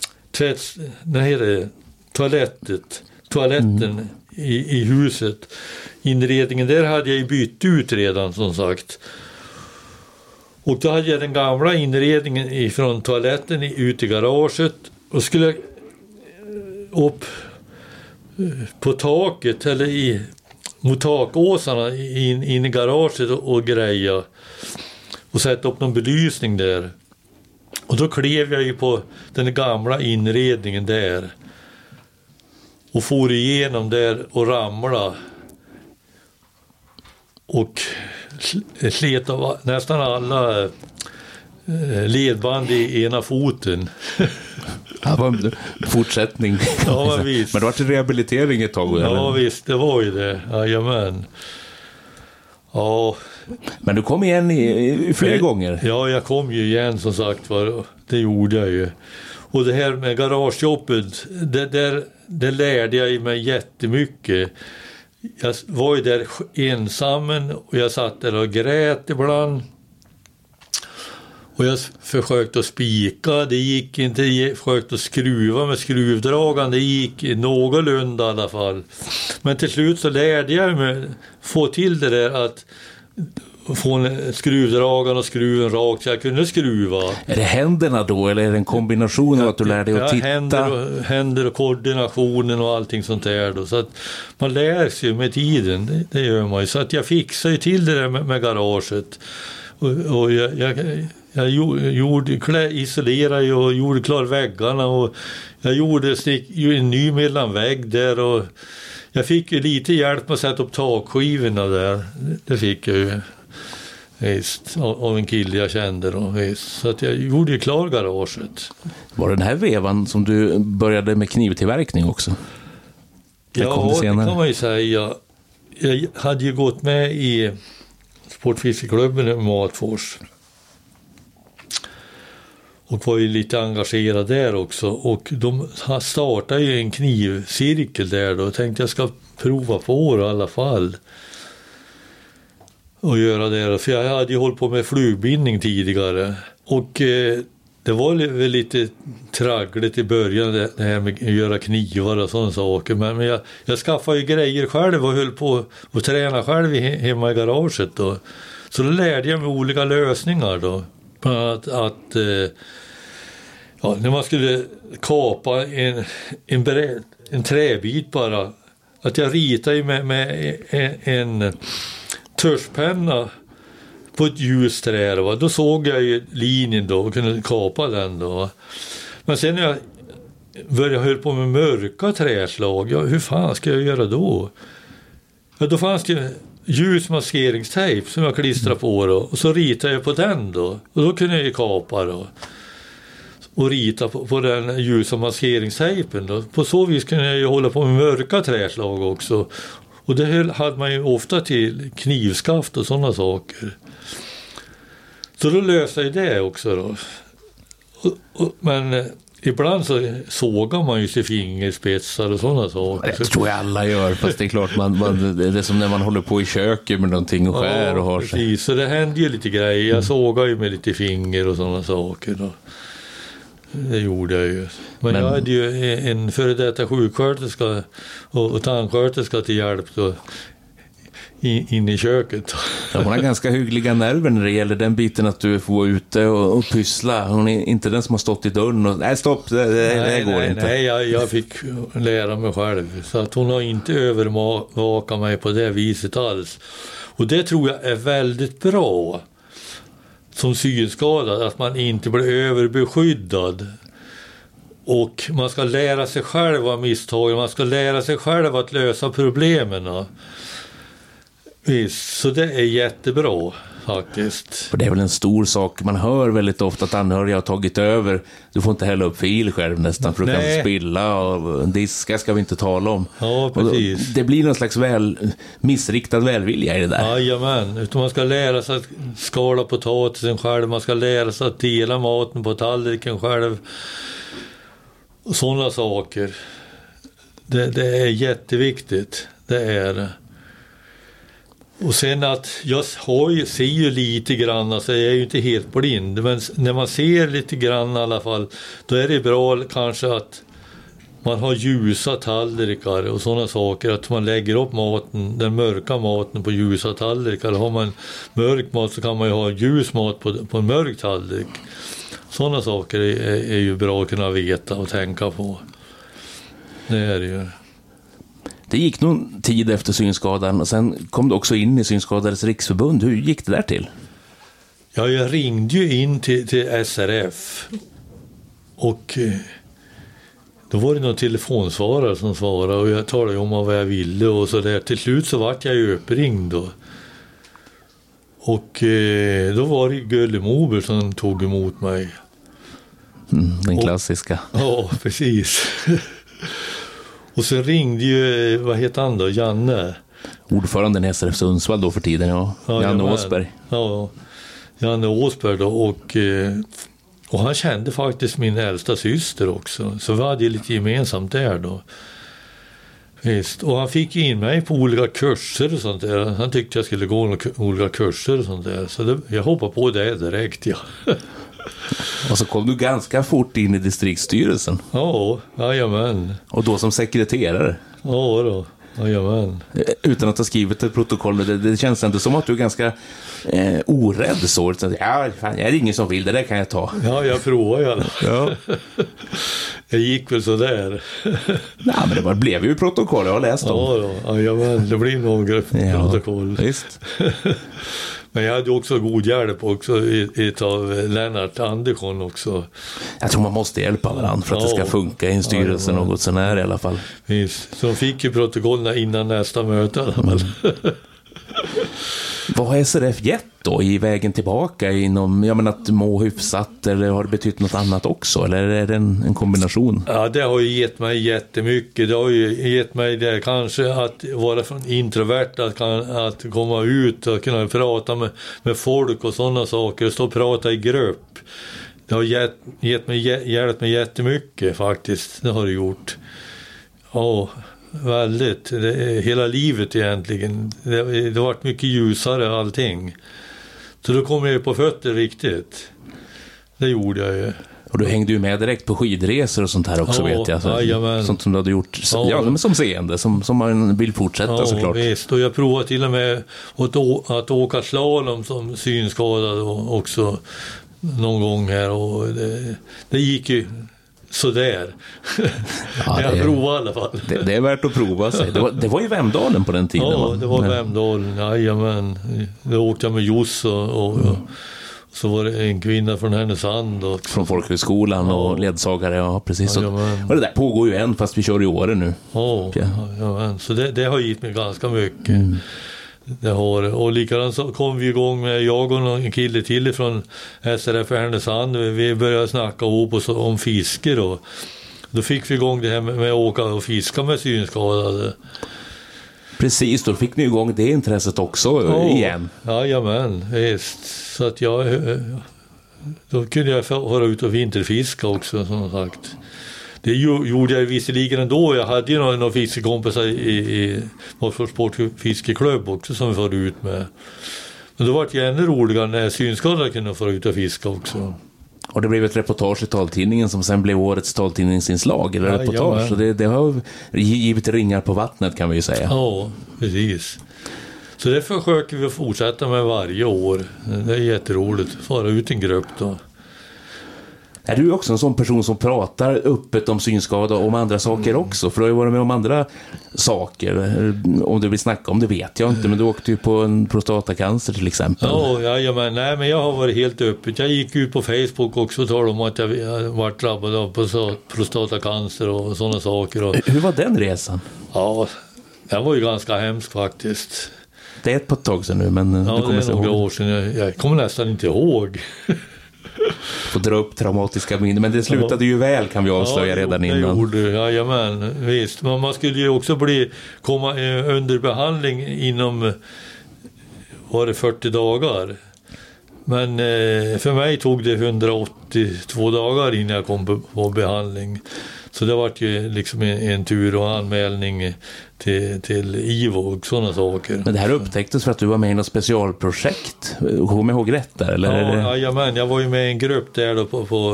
toaletten i huset. Inredningen där hade jag ju bytt ut redan som sagt. Och då hade jag den gamla inredningen ifrån toaletten ut i garaget och skulle upp på taket eller mot takåsarna in i garaget och greja och sätta upp någon belysning där. Och då klev jag ju på den gamla inredningen där och for igenom där och ramla och slet av nästan alla ledband i ena foten. Det var en fortsättning. Ja, visst. Men det var till rehabilitering ett tag. Ja, visst, det var ju det. Jajamän. Ja. Men du kom igen i flera gånger. Ja, jag kom ju igen som sagt. Det gjorde jag ju. Och det här med garagejobbet, det lärde jag mig jättemycket. Jag var ju där ensam och jag satt där och grät ibland. Och jag försökte att spika, det gick inte. Jag försökte att skruva med skruvdragan, det gick någorlunda i alla fall. Men till slut så lärde jag mig få till det där att få en skruvdragan och skruven rakt så jag kunde skruva. Är det händerna då eller är det en kombination av att du lär dig att titta? Händer och koordinationen och allting sånt där då. Så att man lär sig med tiden, det gör man ju. Så att jag fixade ju till det där med garaget. Och jag isolerade och gjorde klar väggarna och jag gjorde en ny mellanvägg där och jag fick ju lite hjälp med att sätta upp takskivorna där. Det fick jag ju av en kille jag kände då. Så att jag gjorde ju klar garaget. Var det den här vevan som du började med knivtillverkning också? Ja, det kan man ju säga. Jag hade ju gått med i Sportfiskeklubben i Matfors. Och var ju lite engagerad där också. Och de startade ju en knivcirkel där då. Jag tänkte jag ska prova på det i alla fall. Och göra det. För jag hade ju hållit på med flugbindning tidigare. Och det var väl lite traggligt i början det här med att göra knivar och sådana saker. Men jag skaffade ju grejer själv och höll på att träna själv hemma i garaget då. Så då lärde jag mig olika lösningar då. När man skulle kapa en träbit bara. Att jag ritade med en tuschpenna på ett ljusträ då. Då såg jag ju linjen då och kunde kapa den då. Men sen när jag började höra på med mörka träslag, hur fan ska jag göra då? Ja, då fanns det ljusmaskeringstejp som jag klistrade på då. Och så ritade jag på den då. Och då kunde jag ju kapa då. Och rita på den ljusa maskeringstejpen då. På så vis kunde jag ju hålla på med mörka träslag också. Och det hade man ju ofta till knivskaft och sådana saker. Så då löste jag det också då. Men ibland så sågar man ju sig fingerspetsar och sådana saker. Det tror jag alla gör, fast det är klart det är som när man håller på i köket med någonting och skär och har sig. Precis, så det händer ju lite grejer. Jag sågar ju med lite finger och sådana saker då. Det gjorde jag ju. Men jag hade ju en före detta sjuksköterska och tandsköterska till hjälp då, in i köket. Ja, hon har ganska hyggliga nerver när det gäller den biten att du får vara ute och pyssla. Hon är inte den som har stått i dörren och nej stopp, det går inte. Nej, jag fick lära mig själv. Så att hon har inte övervakat mig på det viset alls. Och det tror jag är väldigt bra som synskadad, att man inte blir överbeskyddad. Och man ska lära sig själv av misstagen, man ska lära sig själv att lösa problemen. Visst, så det är jättebra faktiskt. För det är väl en stor sak, man hör väldigt ofta att anhöriga har tagit över. Du får inte hälla upp fil själv nästan, för du kan spilla och diska ska vi inte tala om. Ja, precis. Det blir någon slags missriktad välvilja i det där. Jajamän, utan man ska lära sig att skala potatisen själv, man ska lära sig att dela maten på tallriken själv. Och sådana saker. Det är jätteviktigt, det är det. Och sen att jag ser ju lite grann, alltså jag är ju inte helt blind, men när man ser lite grann i alla fall, då är det bra kanske att man har ljusa tallrikar och sådana saker, att man lägger upp maten, den mörka maten på ljusa tallrikar. Har man mörk mat så kan man ju ha ljus mat på en mörk tallrik. Sådana saker är ju bra att kunna veta och tänka på. Det är det ju. Det gick någon tid efter synskadan och sen kom du också in i Synskadades riksförbund. Hur gick det där till? Ja, jag ringde ju in till SRF och då var det någon telefonsvarare som svarade och jag talade om vad jag ville och så där. Till slut så vart jag ju uppringd då. Och då var det Gulle Mober som tog emot mig. Den klassiska. Ja, precis. Och så ringde ju, vad heter han då, Janne? Ordföranden i SRF Sundsvall då för tiden, ja. Janne Åsberg. Ja, Janne Åsberg då. Och han kände faktiskt min äldsta syster också. Så vi hade ju lite gemensamt där då. Visst. Och han fick in mig på olika kurser och sånt där. Han tyckte jag skulle gå olika kurser och sånt där. Så jag hoppade på det direkt, ja. Och så kom du ganska fort in i distriktsstyrelsen. Ja, jajamän. Och då som sekreterare. Ja då, jajamän. Utan att ha skrivit ett protokoll. Det känns ändå som att du är ganska orädd så. Ja, fan, jag är ingen som vill, det där kan jag ta. Ja, jag provar ju alla. Ja. Jag gick väl så där. Nej, men det blev ju protokoll, jag har läst dem. Ja, jajamän, det blir någon protokoll. Ja, visst. Men jag hade också god hjälp också av Lennart Andersson också. Jag tror man måste hjälpa varandra för att det ska funka i en styrelse något sån här i alla fall. Visst. Så de fick ju protokollen innan nästa möte. Vad har SRF gett då i vägen tillbaka inom, jag menar att må hyfsat, eller har det betytt något annat också, eller är det en kombination? Ja, det har ju gett mig jättemycket. Det har ju gett mig det kanske att vara introvert, att komma ut och kunna prata med folk och sådana saker, stå och prata i grupp. Det har hjälpt mig jättemycket faktiskt, det har det gjort. Ja, väldigt. Hela livet egentligen. Det har varit mycket ljusare allting. Så då kom jag på fötter riktigt. Det gjorde jag ju. Och du hängde ju med direkt på skidresor och sånt här också, vet jag. Sånt som du hade gjort men som seende, som man vill fortsätta såklart. Visst. Och jag provade till och med att åka slalom som synskadad också någon gång här. Och det gick ju sådär. Ja, jag provade i alla fall. Det är värt att prova sig. Det var i Vemdalen på den tiden. Ja, det var Vemdalen. Jajamän. Då åkte jag med Joss och så var det en kvinna från Härnösand. Från Folkhögskolan och ledsagare, ja precis. Och det där pågår ju än fast vi kör i åren nu. Ja, så det har gett mig ganska mycket. Det har, och likadant så kom vi igång med jag och en kille till från SRF Härnösand. Vi började snacka ihop oss om fiske då. Då fick vi igång det här med att åka och fiska med synskadade. Precis, då fick ni igång det intresset också igen. Jajamän, visst. Så att då kunde jag vara ute och vinterfiska också, som sagt. Det gjorde jag visserligen ändå. Jag hade ju några fiskekompisar i Mossfors sportfiskeklubb också som vi var ut med. Men då var det ju ännu roligare när synskadade kunde få ut och fiska också. Och det blev ett reportage i taltidningen som sen blev årets taltidningsinslag, eller reportage. Så det har givit ringar på vattnet, kan vi ju säga. Ja, precis. Så det försöker vi fortsätta med varje år. Det är jätteroligt. Fara ut en grupp då. Är du också en sån person som pratar öppet om synskada och om andra saker också? För du har ju varit med om andra saker. Om du vill snacka om det vet jag inte, men du åkte ju på en prostatacancer till exempel. Men jag har varit helt öppet. Jag gick ut på Facebook också och talade om att jag varit drabbad av prostatacancer och sådana saker. Hur var den resan? Ja, den var ju ganska hemsk faktiskt. Det är ett par tag sedan nu, men ja, du kommer det är några år sedan. Jag kommer nästan inte ihåg. Får dra upp traumatiska minnen, men det slutade ju väl, kan vi avslöja redan innan. Jajamän, visst. Men man skulle ju också komma under behandling inom, var det 40 dagar. Men för mig tog det 182 dagar innan jag kom på behandling. Så det var ju liksom en tur och anmälning till IVO och sådana saker. Men det här upptäcktes för att du var med i något specialprojekt. Kommer jag ihåg rätt där? Eller? Jajamän, jag var ju med i en grupp där då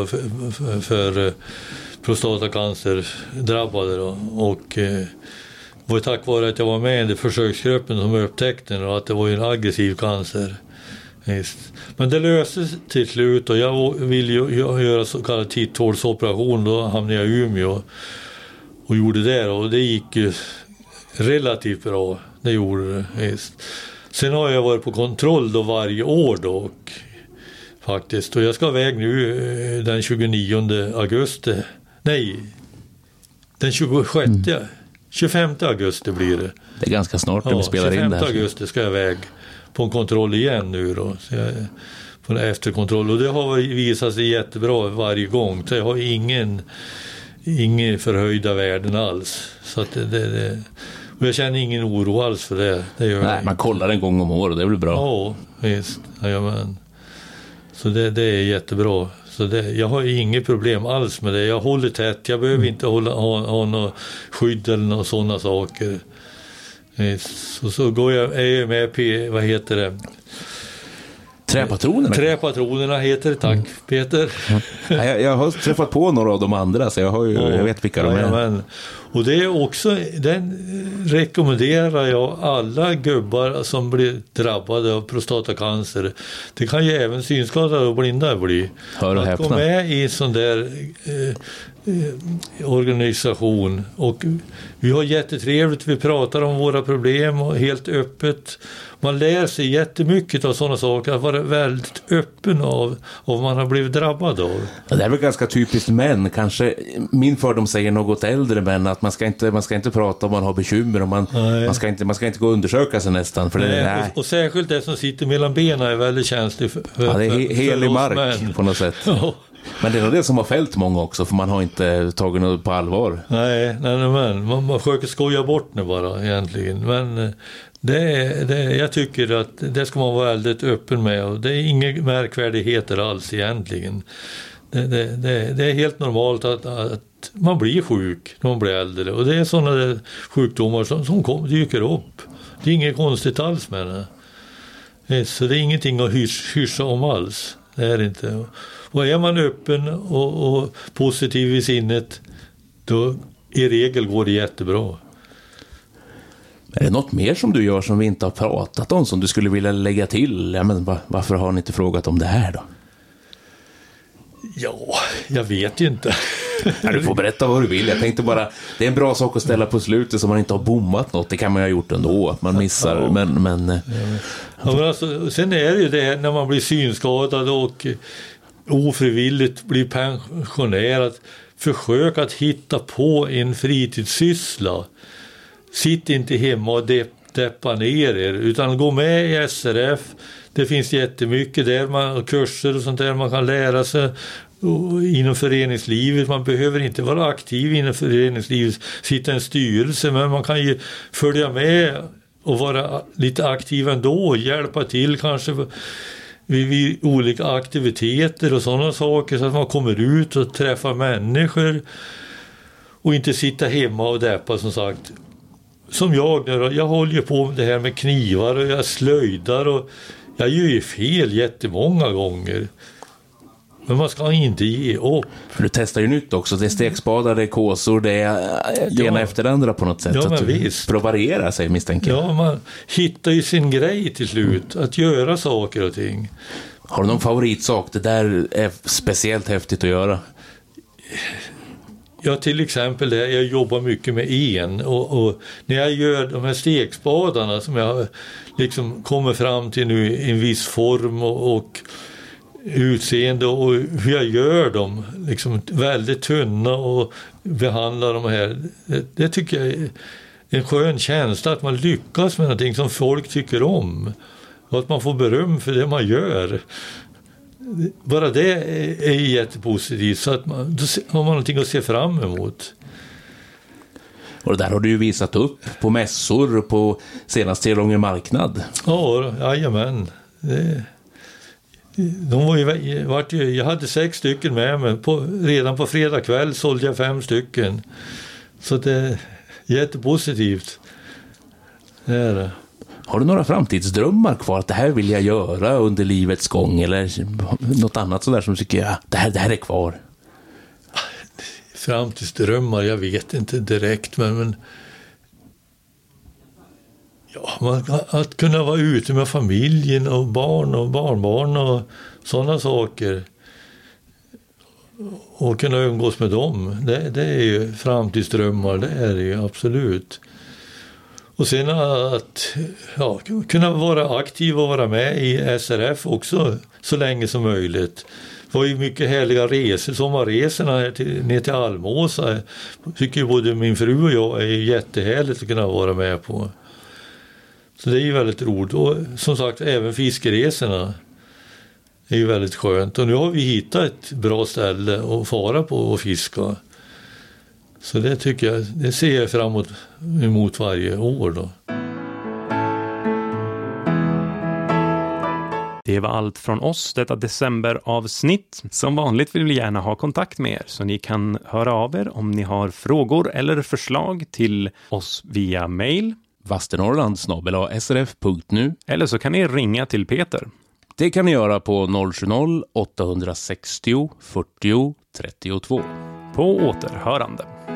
för prostatacancer drabbade då. Och var tack vare att jag var med i den försöksgruppen som upptäckte den och att det var en aggressiv cancer. Just. Men det löstes till slut och jag ville ju göra så kallad titthålsoperation. Då hamnade jag i Umeå och gjorde det, och det gick ju relativt bra. Det gjorde det. Just. Sen har jag varit på kontroll då varje år då, och faktiskt. Och jag ska iväg nu den 29 augusti. Nej, den 26. 25 augusti blir det. Det är ganska snart när vi spelar in det här. 25 augusti ska jag iväg på en kontroll igen nu då. Så jag är på en efterkontroll. Och det har visat sig jättebra varje gång. Så jag har ingen förhöjda värden alls. Så att och jag känner ingen oro alls för det. Nej, man kollar en gång om året, det är väl bra. Ja, visst. Jajamän. Så det är jättebra. Så jag har inget problem alls med det. Jag håller tätt. Jag behöver inte ha något skydd eller några sådana saker. Så är jag med på, vad heter det? Träpatronerna heter det, tack Peter. Jag har träffat på några av de andra, så jag vet vilka de är. Men, och det är också, den rekommenderar jag alla gubbar som blir drabbade av prostatacancer. Det kan ju även synskadade och blinda bli. Att gå med i en sån där organisation, och vi har jättetrevligt, vi pratar om våra problem och helt öppet. Man lär sig jättemycket av sådana saker, att vara väldigt öppen av vad man har blivit drabbad av. Ja, det är väl ganska typiskt män, kanske min fördom säger något äldre män, att man ska inte prata om man har bekymmer, och man ska inte gå och undersöka sig nästan, för det och särskilt det som sitter mellan benen är väldigt känsligt för det är helig mark män. På något sätt. Ja. Men det är nog det som har fällt många också, för man har inte tagit något på allvar. Nej, men man försöker skoja bort det bara egentligen. Men jag tycker att det ska man vara väldigt öppen med, och det är inga märkvärdigheter alls egentligen. Det är helt normalt att man blir sjuk när man blir äldre, och det är sådana sjukdomar som dyker upp. Det är inget konstigt alls med det. Så det är ingenting att hyssa om alls. Det är inte. Och är man öppen och positiv i sinnet, då i regel går det jättebra. Är det något mer som du gör som vi inte har pratat om, som du skulle vilja lägga till? Ja, men varför har ni inte frågat om det här då? Ja, jag vet ju inte. Ja, du får berätta vad du vill. Jag tänkte bara, det är en bra sak att ställa på slutet så man inte har bommat något. Det kan man ju ha gjort ändå, att man missar. Ja. Men alltså, sen är det ju det när man blir synskadad och ofrivilligt blir pensionerad. Försök att hitta på en fritidssyssla. Sitt inte hemma och deppa ner er, utan gå med i SRF. Det finns jättemycket där, kurser och sånt där man kan lära sig inom föreningslivet. Man behöver inte vara aktiv inom föreningslivet, sitta i en styrelse, men man kan ju följa med och vara lite aktiv ändå, hjälpa till kanske vid olika aktiviteter och sådana saker, så att man kommer ut och träffar människor och inte sitta hemma och deppa, som sagt. Som jag nu då, jag håller ju på med det här med knivar och jag slöjdar och jag gör ju fel jättemånga gånger. Men man ska inte ge upp. För du testar ju nytt också. Det är stekspadar, det är kåsor, det är det ena efter det andra på något sätt. Ja, men visst. För att variera sig, misstänker jag. Ja, man hittar ju sin grej till slut. Att göra saker och ting. Har du någon favoritsak? Det där är speciellt häftigt att göra. Ja, till exempel det. Jag jobbar mycket med och när jag gör de här stekspadarna som jag liksom kommer fram till nu i en viss form och utseende och hur jag gör dem liksom väldigt tunna och behandlar de här, det tycker jag är en skön känsla, att man lyckas med någonting som folk tycker om och att man får beröm för det man gör. Bara det är jättepositivt, så att då har man någonting att se fram emot. Och det där har du ju visat upp på mässor på senaste Långe marknad. Ja, jajamän. Jag hade 6 stycken med mig. Redan på fredag kväll sålde jag 5 stycken. Så det är jättepositivt. Det är det. Har du några framtidsdrömmar kvar? Att det här vill jag göra under livets gång? Eller något annat sådär som tycker jag, det här är kvar? Framtidsdrömmar, jag vet inte direkt. Men ja, att kunna vara ute med familjen och barn och barnbarn och sådana saker. Och kunna umgås med dem. Det är ju framtidsdrömmar, det är det ju absolut. Och sen att kunna vara aktiv och vara med i SRF också så länge som möjligt. Det var ju mycket härliga resor, sommarresorna ner till Almåsa. Tycker ju både min fru och jag är jättehärligt att kunna vara med på. Så det är ju väldigt roligt. Och som sagt, även fiskeresorna är ju väldigt skönt. Och nu har vi hittat ett bra ställe att fara på och fiska. Så det tycker jag, det ser jag framåt emot varje år då. Det var allt från oss, detta decemberavsnitt. Som vanligt vill vi gärna ha kontakt med er, så ni kan höra av er om ni har frågor eller förslag till oss via mail. vasternorrland@srf.nu. Eller så kan ni ringa till Peter. Det kan ni göra på 070-860 40 32. På återhörande.